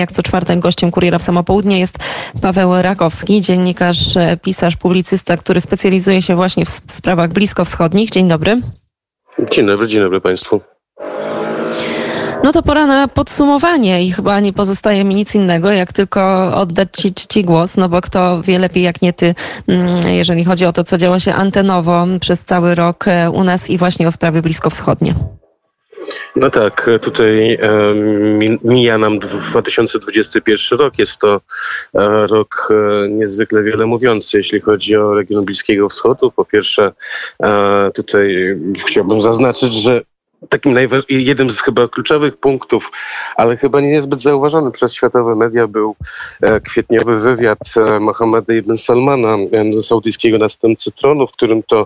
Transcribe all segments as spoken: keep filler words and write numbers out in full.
Jak co czwartek gościem Kuriera w Samo Południe jest Paweł Rakowski, dziennikarz, pisarz, publicysta, który specjalizuje się właśnie w sprawach bliskowschodnich. Dzień dobry. Dzień dobry, dzień dobry Państwu. No to pora na podsumowanie i chyba nie pozostaje mi nic innego, jak tylko oddać ci, ci głos, no bo kto wie lepiej jak nie ty, jeżeli chodzi o to, co działo się antenowo przez cały rok u nas i właśnie o sprawy bliskowschodnie. No tak, tutaj mija nam dwa tysiące dwudziesty pierwszy rok. Jest to rok niezwykle wiele mówiący, jeśli chodzi o region Bliskiego Wschodu. Po pierwsze, tutaj chciałbym zaznaczyć, że takim najwa- jednym z chyba kluczowych punktów, ale chyba nie niezbyt zauważony przez światowe media, był e, kwietniowy wywiad e, Mohammeda ibn Salmana, e, saudyjskiego następcy tronu, w którym to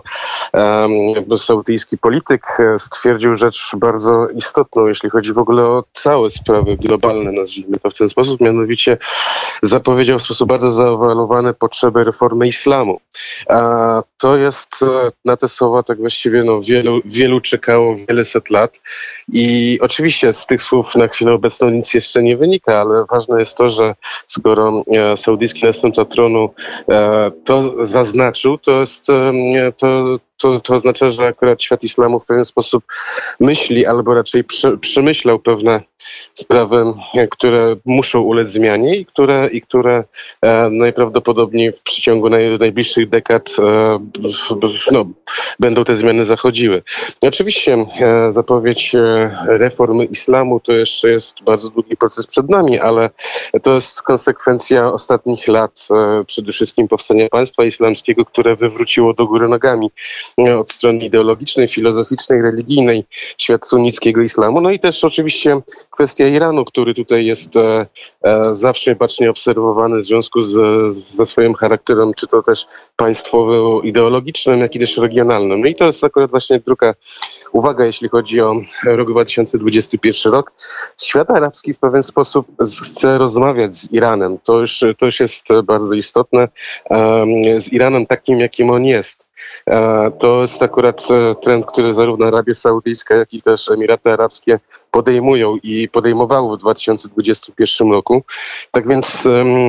e, saudyjski polityk e, stwierdził rzecz bardzo istotną, jeśli chodzi w ogóle o całe sprawy globalne, nazwijmy to w ten sposób, mianowicie zapowiedział w sposób bardzo zaawalowany potrzebę reformy islamu. A to jest, e, na te słowa tak właściwie no, wielu, wielu czekało wiele set lat i oczywiście z tych słów na chwilę obecną nic jeszcze nie wynika, ale ważne jest to, że skoro e, saudyjski następca tronu e, to zaznaczył, to jest e, to To, to oznacza, że akurat świat islamu w pewien sposób myśli, albo raczej przy, przemyślał pewne sprawy, które muszą ulec zmianie i które, i które e, najprawdopodobniej w przeciągu naj, najbliższych dekad e, no, będą te zmiany zachodziły. Oczywiście e, zapowiedź e, reformy islamu to jeszcze jest bardzo długi proces przed nami, ale to jest konsekwencja ostatnich lat, e, przede wszystkim powstania państwa islamskiego, które wywróciło do góry nogami od strony ideologicznej, filozoficznej, religijnej świat sunnickiego islamu. No i też oczywiście kwestia Iranu, który tutaj jest e, e, zawsze bacznie obserwowany w związku z, ze swoim charakterem, czy to też państwowo-ideologicznym, jak i też regionalnym. No i to jest akurat właśnie druga uwaga, jeśli chodzi o rok dwa tysiące dwudziesty pierwszy rok. Świat arabski w pewien sposób chce rozmawiać z Iranem. To już, to już jest bardzo istotne. E, z Iranem takim, jakim on jest. To jest akurat trend, który zarówno Arabia Saudyjska, jak i też Emiraty Arabskie podejmują i podejmowały w dwa tysiące dwudziestym pierwszym roku. Tak więc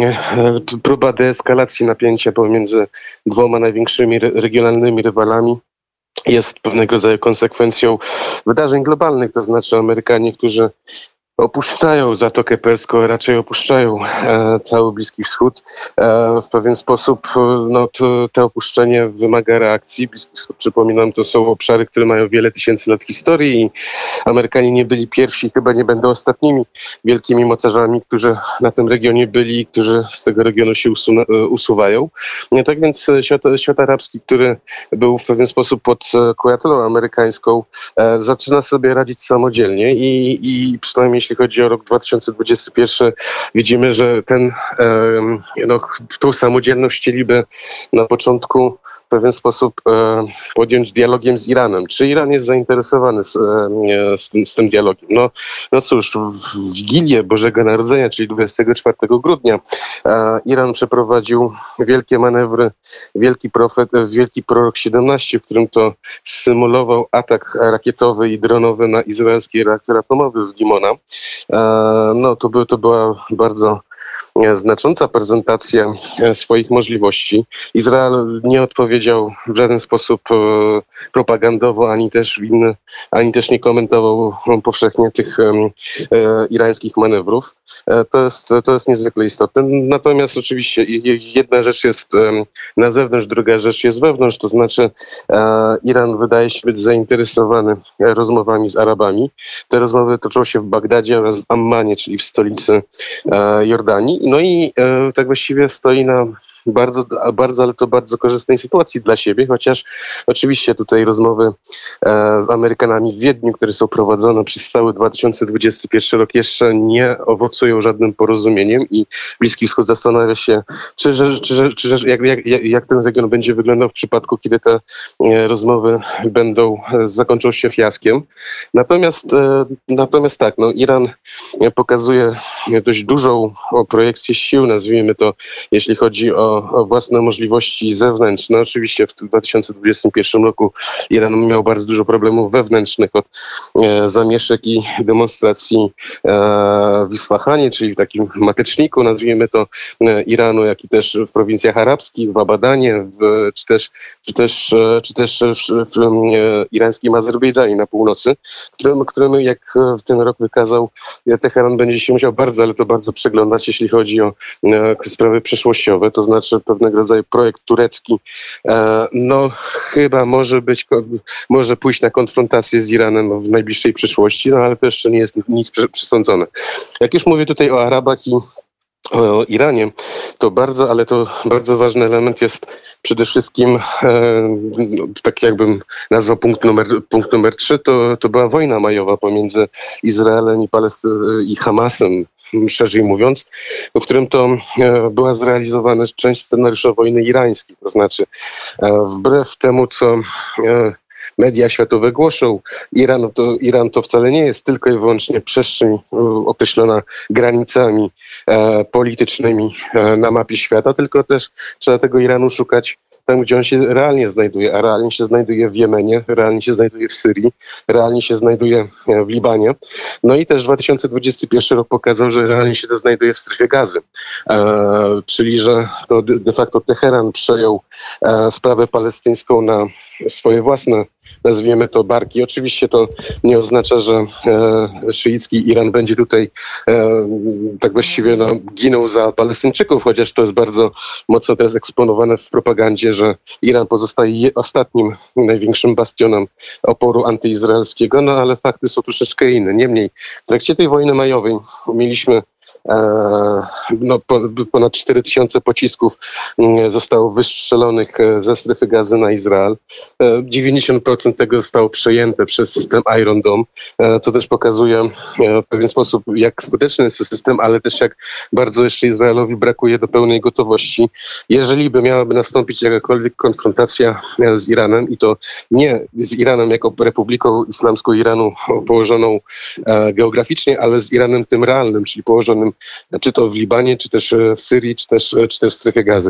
próba deeskalacji napięcia pomiędzy dwoma największymi regionalnymi rywalami jest pewnego rodzaju konsekwencją wydarzeń globalnych, to znaczy Amerykanie, którzy opuszczają Zatokę Perską, a raczej opuszczają e, cały Bliski Wschód. E, w pewien sposób no, to, to opuszczenie wymaga reakcji. Bliski Wschód, przypominam, to są obszary, które mają wiele tysięcy lat historii i Amerykanie nie byli pierwsi, chyba nie będą ostatnimi wielkimi mocarzami, którzy na tym regionie byli, którzy z tego regionu się usuna- usuwają. No, tak więc świat, świat arabski, który był w pewien sposób pod kuratelą amerykańską, e, zaczyna sobie radzić samodzielnie i, i przynajmniej jeśli chodzi o rok dwa tysiące dwudziesty pierwszy, widzimy, że ten, no, tą samodzielność chcieliby na początku w pewien sposób e, podjąć dialogiem z Iranem. Czy Iran jest zainteresowany z, e, z, tym, z tym dialogiem? No, no cóż, w Wigilię Bożego Narodzenia, czyli dwudziestego czwartego grudnia, e, Iran przeprowadził wielkie manewry, wielki profet, wielki prorok siedemnaście, w którym to symulował atak rakietowy i dronowy na izraelski reaktor atomowy z Limona. E, no, to, by, to była bardzo znacząca prezentacja swoich możliwości. Izrael nie odpowiedział w żaden sposób propagandowo, ani też inny, ani też nie komentował powszechnie tych e, irańskich manewrów. E, to jest, to jest niezwykle istotne. Natomiast oczywiście jedna rzecz jest na zewnątrz, druga rzecz jest wewnątrz, to znaczy e, Iran wydaje się być zainteresowany rozmowami z Arabami. Te rozmowy toczą się w Bagdadzie oraz w Ammanie, czyli w stolicy e, Jordanii. No i e, tak właściwie stoi na bardzo, bardzo, ale to bardzo korzystnej sytuacji dla siebie, chociaż oczywiście tutaj rozmowy e, z Amerykanami w Wiedniu, które są prowadzone przez cały dwa tysiące dwudziesty pierwszy rok, jeszcze nie owocują żadnym porozumieniem i Bliski Wschód zastanawia się, czy, czy, czy, czy jak, jak, jak ten region będzie wyglądał w przypadku, kiedy te e, rozmowy będą, e, zakończą się fiaskiem. Natomiast, e, natomiast tak, no, Iran pokazuje dość dużą projekcję sił, nazwijmy to, jeśli chodzi o o, o własne możliwości zewnętrzne. Oczywiście w dwa tysiące dwudziestym pierwszym roku Iran miał bardzo dużo problemów wewnętrznych od e, zamieszek i demonstracji e, w Isfahanie, czyli w takim mateczniku, nazwijmy to, e, Iranu, jak i też w prowincjach arabskich, w Abadanie, w, czy też, czy też, e, czy też w, w, w e, irańskim Azerbejdżanie na północy, którym, którym jak w ten rok wykazał, Teheran będzie się musiał bardzo, ale to bardzo przeglądać, jeśli chodzi o e, sprawy przyszłościowe, to znaczy pewnego rodzaju projekt turecki. E, no chyba może być, może pójść na konfrontację z Iranem w najbliższej przyszłości, no ale to jeszcze nie jest nic przesądzone. Jak już mówię tutaj o Arabach i o Iranie, to bardzo, ale to bardzo ważny element jest przede wszystkim, e, tak jakbym nazwał punkt numer, punkt numer trzy, to, to była wojna majowa pomiędzy Izraelem i, Palesty- i Hamasem, szerzej mówiąc, w którym to e, była zrealizowana część scenariusza wojny irańskiej, to znaczy e, wbrew temu, co e, media światowe głoszą, Iran to, Iran to wcale nie jest tylko i wyłącznie przestrzeń e, określona granicami e, politycznymi e, na mapie świata, tylko też trzeba tego Iranu szukać tam, gdzie on się realnie znajduje, a realnie się znajduje w Jemenie, realnie się znajduje w Syrii, realnie się znajduje w Libanie. No i też dwa tysiące dwudziesty pierwszy rok pokazał, że realnie się to znajduje w strefie Gazy. E, czyli, że to de facto Teheran przejął e, sprawę palestyńską na swoje własne, nazwijmy to, barki. Oczywiście to nie oznacza, że e, szyicki Iran będzie tutaj e, tak właściwie no, ginął za Palestyńczyków, chociaż to jest bardzo mocno teraz eksponowane w propagandzie, że Iran pozostaje ostatnim, największym bastionem oporu antyizraelskiego, no ale fakty są troszeczkę inne. Niemniej w trakcie tej wojny majowej mieliśmy no, ponad cztery tysiące pocisków zostało wystrzelonych ze strefy Gazy na Izrael. dziewięćdziesiąt procent tego zostało przejęte przez system Iron Dome, co też pokazuje w pewien sposób, jak skuteczny jest to system, ale też jak bardzo jeszcze Izraelowi brakuje do pełnej gotowości. Jeżeli by miałaby nastąpić jakakolwiek konfrontacja z Iranem, i to nie z Iranem jako Republiką Islamską Iranu położoną geograficznie, ale z Iranem tym realnym, czyli położonym czy to w Libanie, czy też w Syrii, czy też, czy też w strefie Gazy.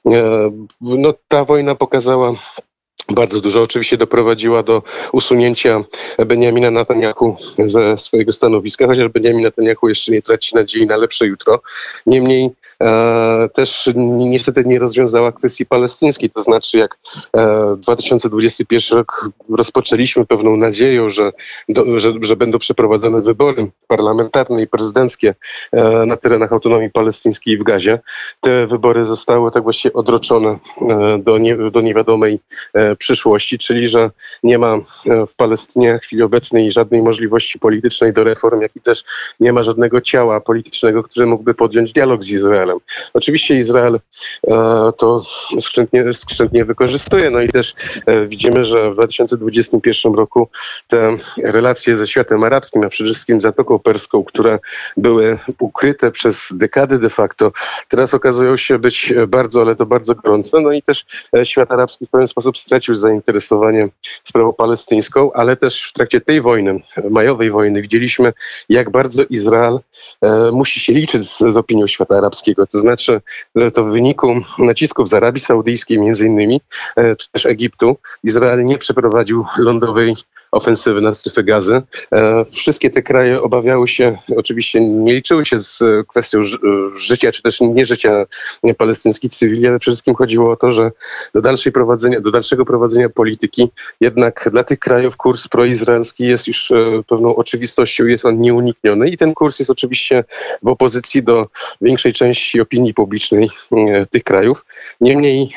No, ta wojna pokazała bardzo dużo. Oczywiście doprowadziła do usunięcia Benjamina Netanyahu ze swojego stanowiska, chociaż Benjamin Netanyahu jeszcze nie traci nadziei na lepsze jutro. Niemniej e, też niestety nie rozwiązała kwestii palestyńskiej. To znaczy, jak e, dwa tysiące dwudziesty pierwszy rok rozpoczęliśmy pewną nadzieją, że, do, że, że będą przeprowadzone wybory parlamentarne i prezydenckie e, na terenach autonomii palestyńskiej w Gazie. Te wybory zostały tak właściwie odroczone e, do, nie, do niewiadomej e, przyszłości, czyli że nie ma w Palestynie w chwili obecnej żadnej możliwości politycznej do reform, jak i też nie ma żadnego ciała politycznego, który mógłby podjąć dialog z Izraelem. Oczywiście Izrael e, to skrzętnie, skrzętnie wykorzystuje, no i też e, widzimy, że w dwa tysiące dwudziestym pierwszym roku te relacje ze światem arabskim, a przede wszystkim Zatoką Perską, które były ukryte przez dekady de facto, teraz okazują się być bardzo, ale to bardzo gorące, no i też e, świat arabski w pewien sposób stracił zainteresowanie sprawą palestyńską, ale też w trakcie tej wojny, majowej wojny, widzieliśmy, jak bardzo Izrael e, musi się liczyć z, z opinią świata arabskiego. To znaczy, że to w wyniku nacisków z Arabii Saudyjskiej między innymi, e, czy też Egiptu, Izrael nie przeprowadził lądowej ofensywy na strefę Gazy. E, wszystkie te kraje obawiały się, oczywiście nie liczyły się z kwestią ży życia, czy też nie życia palestyńskich cywili, ale przede wszystkim chodziło o to, że do dalszej prowadzenia, do dalszego prowadzenia polityki jednak dla tych krajów kurs proizraelski jest już e, pewną oczywistością, jest on nieunikniony i ten kurs jest oczywiście w opozycji do większej części opinii publicznej e, tych krajów. Niemniej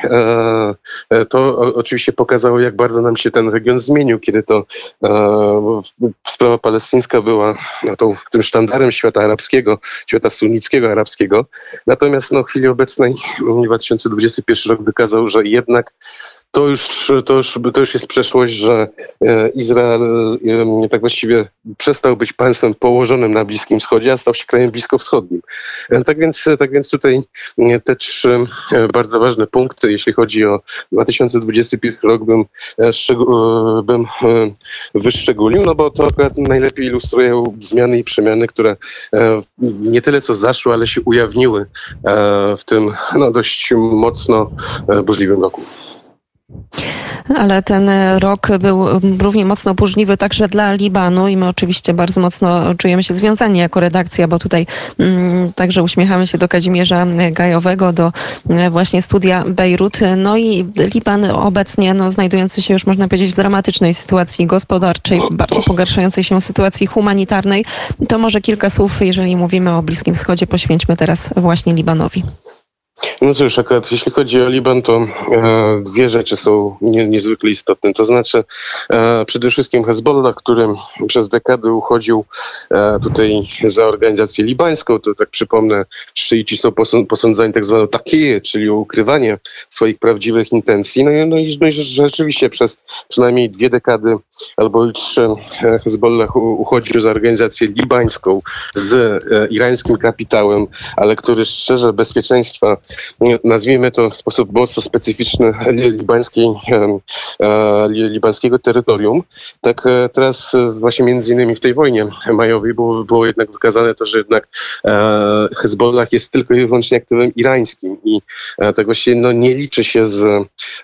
e, to o, oczywiście pokazało, jak bardzo nam się ten region zmienił, kiedy to e, sprawa palestyńska była no, tą, tym sztandarem świata arabskiego, świata sunnickiego arabskiego. Natomiast no, w chwili obecnej dwa tysiące dwudziesty pierwszy rok wykazał, że jednak To już, to, już, to już jest przeszłość, że Izrael tak właściwie przestał być państwem położonym na Bliskim Wschodzie, a stał się krajem bliskowschodnim. Tak więc, tak więc tutaj te trzy bardzo ważne punkty, jeśli chodzi o dwa tysiące dwudziesty pierwszy rok, bym, bym wyszczególnił, no bo to akurat najlepiej ilustrują zmiany i przemiany, które nie tyle co zaszły, ale się ujawniły w tym no, dość mocno burzliwym roku. Ale ten rok był równie mocno burzliwy także dla Libanu i my oczywiście bardzo mocno czujemy się związani jako redakcja, bo tutaj mm, także uśmiechamy się do Kazimierza Gajowego, do właśnie studia Bejrut. No i Liban obecnie no, znajdujący się już można powiedzieć w dramatycznej sytuacji gospodarczej, bardzo pogarszającej się sytuacji humanitarnej. To może kilka słów, jeżeli mówimy o Bliskim Wschodzie, poświęćmy teraz właśnie Libanowi. No cóż, akurat jeśli chodzi o Liban, to e, dwie rzeczy są nie, niezwykle istotne. To znaczy e, przede wszystkim Hezbollah, który przez dekady uchodził e, tutaj za organizację libańską, to tak przypomnę, szyici są posą, posądzani tak zwaną takiję, czyli o ukrywanie swoich prawdziwych intencji. No i, no i, no i rzeczywiście przez przynajmniej dwie dekady albo i trzy Hezbollah uchodził za organizację libańską z e, irańskim kapitałem, ale który szczerze bezpieczeństwa, nazwijmy to w sposób mocno specyficzny, libańskiej, libańskiego terytorium. Tak teraz właśnie między innymi w tej wojnie majowej było, było jednak wykazane to, że jednak Hezbollah jest tylko i wyłącznie aktywem irańskim i tak właśnie no, nie liczy się z,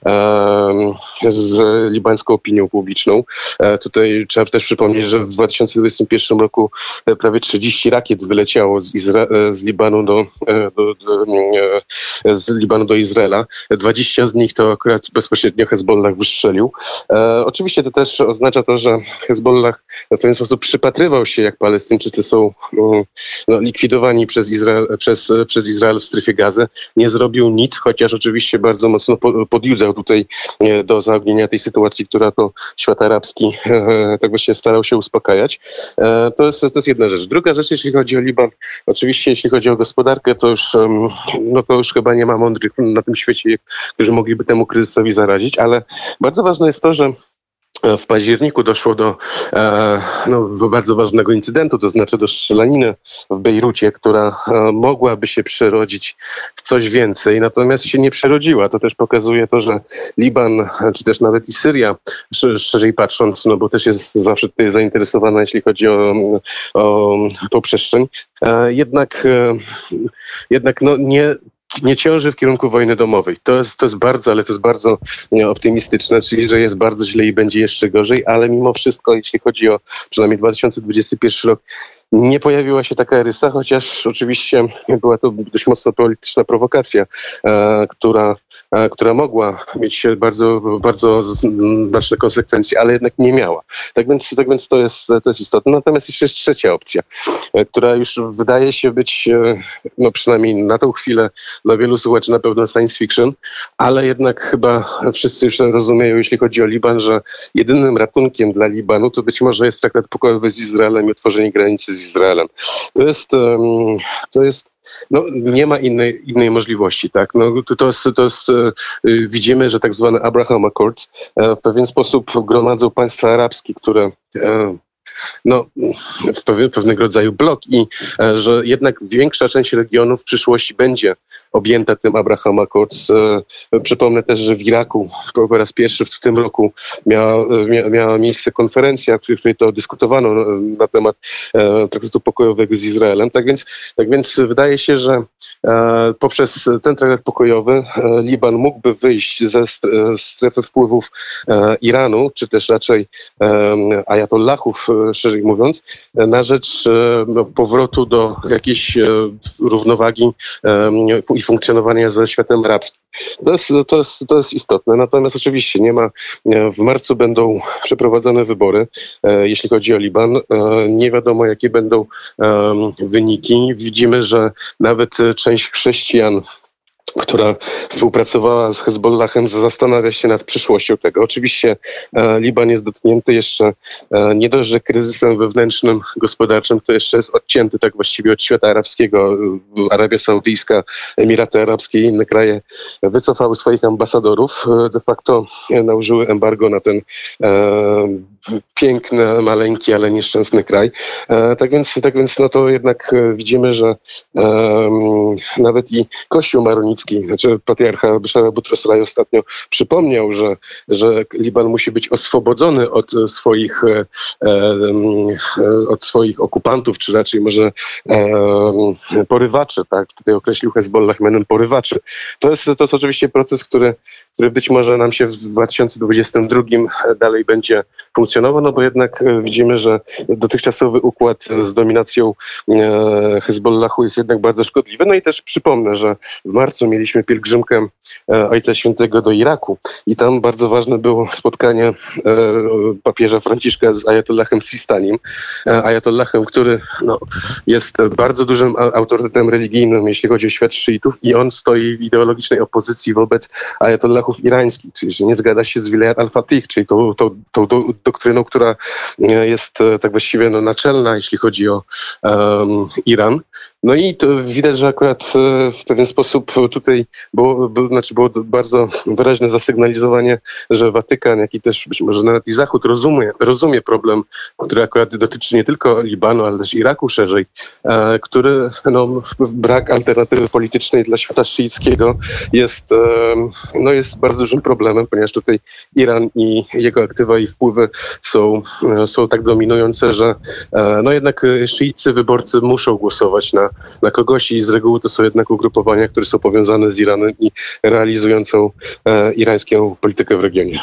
z libańską opinią publiczną. Tutaj trzeba też przypomnieć, że w dwa tysiące dwudziestym pierwszym roku prawie trzydzieści rakiet wyleciało z, Izra- z Libanu do, do, do z Libanu do Izraela. dwadzieścia z nich to akurat bezpośrednio Hezbollah wystrzelił. E, oczywiście to też oznacza to, że Hezbollah w pewien sposób przypatrywał się, jak Palestyńczycy są no, likwidowani przez Izrael, przez, przez Izrael w strefie Gazy. Nie zrobił nic, chociaż oczywiście bardzo mocno podjudzał tutaj do zaognienia tej sytuacji, która to świat arabski e, tak właśnie starał się uspokajać. E, to, jest, to jest jedna rzecz. Druga rzecz, jeśli chodzi o Liban, oczywiście jeśli chodzi o gospodarkę, to już, no to już chyba nie ma mądrych na tym świecie, którzy mogliby temu kryzysowi zaradzić, ale bardzo ważne jest to, że w październiku doszło do e, no, bardzo ważnego incydentu, to znaczy do strzelaniny w Bejrucie, która e, mogłaby się przerodzić w coś więcej, natomiast się nie przerodziła. To też pokazuje to, że Liban, czy też nawet i Syria, sz, szerzej patrząc, no bo też jest zawsze tutaj zainteresowana, jeśli chodzi o, o tą przestrzeń, e, jednak, e, jednak no, nie nie ciąży w kierunku wojny domowej. To jest, to jest bardzo, ale to jest bardzo optymistyczne, czyli że jest bardzo źle i będzie jeszcze gorzej, ale mimo wszystko, jeśli chodzi o przynajmniej dwa tysiące dwudziesty pierwszy rok, nie pojawiła się taka rysa, chociaż oczywiście była to dość mocno polityczna prowokacja, e, która, e, która mogła mieć bardzo, bardzo znaczne konsekwencje, ale jednak nie miała. Tak więc, tak więc to jest, to jest istotne. Natomiast jeszcze jest trzecia opcja, e, która już wydaje się być, e, no przynajmniej na tą chwilę dla wielu słuchaczy na pewno science fiction, ale jednak chyba wszyscy już rozumieją, jeśli chodzi o Liban, że jedynym ratunkiem dla Libanu to być może jest traktat pokojowy z Izraelem i utworzenie granicy z Izraelem. To jest, to jest no, nie ma innej, innej możliwości, tak? No, to jest, to jest, widzimy, że tak zwane Abraham Accords w pewien sposób gromadzą państwa arabskie, które no, w pewien, pewnego rodzaju blok i e, że jednak większa część regionu w przyszłości będzie objęta tym Abraham Accords. E, przypomnę też, że w Iraku po raz pierwszy w tym roku miała, mia, miała miejsce konferencja, w której to dyskutowano na temat e, traktatu pokojowego z Izraelem. Tak więc, tak więc wydaje się, że e, poprzez ten traktat pokojowy e, Liban mógłby wyjść ze strefy wpływów e, Iranu, czy też raczej e, ajatollahów, szerzej mówiąc, na rzecz no, powrotu do jakiejś e, równowagi e, i funkcjonowania ze światem arabskim. To jest, to, jest, to jest istotne. Natomiast oczywiście nie ma, w marcu będą przeprowadzone wybory, e, jeśli chodzi o Liban. E, nie wiadomo, jakie będą e, wyniki. Widzimy, że nawet część chrześcijan która współpracowała z Hezbollahem, zastanawia się nad przyszłością tego. Oczywiście e, Liban jest dotknięty jeszcze e, nie dość, że kryzysem wewnętrznym, gospodarczym, to jeszcze jest odcięty tak właściwie od świata arabskiego. Arabia Saudyjska, Emiraty Arabskie i inne kraje wycofały swoich ambasadorów. E, de facto nałożyły embargo na ten e, piękny, maleńki, ale nieszczęsny kraj. E, tak więc, tak więc no to jednak widzimy, że e, nawet i Kościół maronicki, znaczy patriarcha Bashara Butros-Ghali ostatnio przypomniał, że, że Liban musi być oswobodzony od swoich, e, e, od swoich okupantów, czy raczej może e, porywaczy, tak? Tutaj określił Hezbollah mianem porywaczy. To jest, to jest oczywiście proces, który, który być może nam się w dwa tysiące dwudziestym drugim dalej będzie funkcjonował, no bo jednak widzimy, że dotychczasowy układ z dominacją e, Hezbollahu jest jednak bardzo szkodliwy. No i też przypomnę, że w marcu mieliśmy pielgrzymkę e, Ojca Świętego do Iraku i tam bardzo ważne było spotkanie e, papieża Franciszka z Ajatollahem Sistanim. E, Ajatollahem, który no, jest bardzo dużym autorytetem religijnym, jeśli chodzi o świat szyitów i on stoi w ideologicznej opozycji wobec ajatollahów irańskich, czyli że nie zgadza się z Wilayat al-Fatih, czyli tą, tą, tą, tą doktryną, która jest tak właściwie no, naczelna, jeśli chodzi o um, Iran. No i to widać, że akurat w pewien sposób tutaj było, było, znaczy było bardzo wyraźne zasygnalizowanie, że Watykan, jak i też być może nawet i Zachód rozumie, rozumie problem, który akurat dotyczy nie tylko Libanu, ale też Iraku szerzej, e, który no, brak alternatywy politycznej dla świata szyickiego jest, e, no, jest bardzo dużym problemem, ponieważ tutaj Iran i jego aktywa i wpływy są, e, są tak dominujące, że e, no jednak szyicy wyborcy muszą głosować na na kogoś i z reguły to są jednak ugrupowania, które są powiązane z Iranem i realizującą e, irańską politykę w regionie.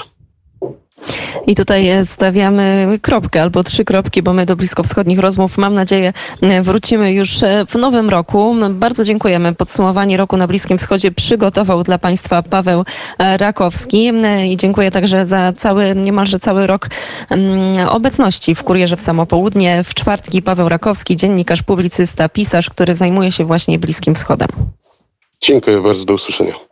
I tutaj stawiamy kropkę albo trzy kropki, bo my do bliskowschodnich rozmów, mam nadzieję, wrócimy już w nowym roku. Bardzo dziękujemy. Podsumowanie roku na Bliskim Wschodzie przygotował dla Państwa Paweł Rakowski i dziękuję także za cały, niemalże cały rok obecności w Kurierze w samo południe. W czwartki Paweł Rakowski, dziennikarz, publicysta, pisarz, który zajmuje się właśnie Bliskim Wschodem. Dziękuję bardzo, do usłyszenia.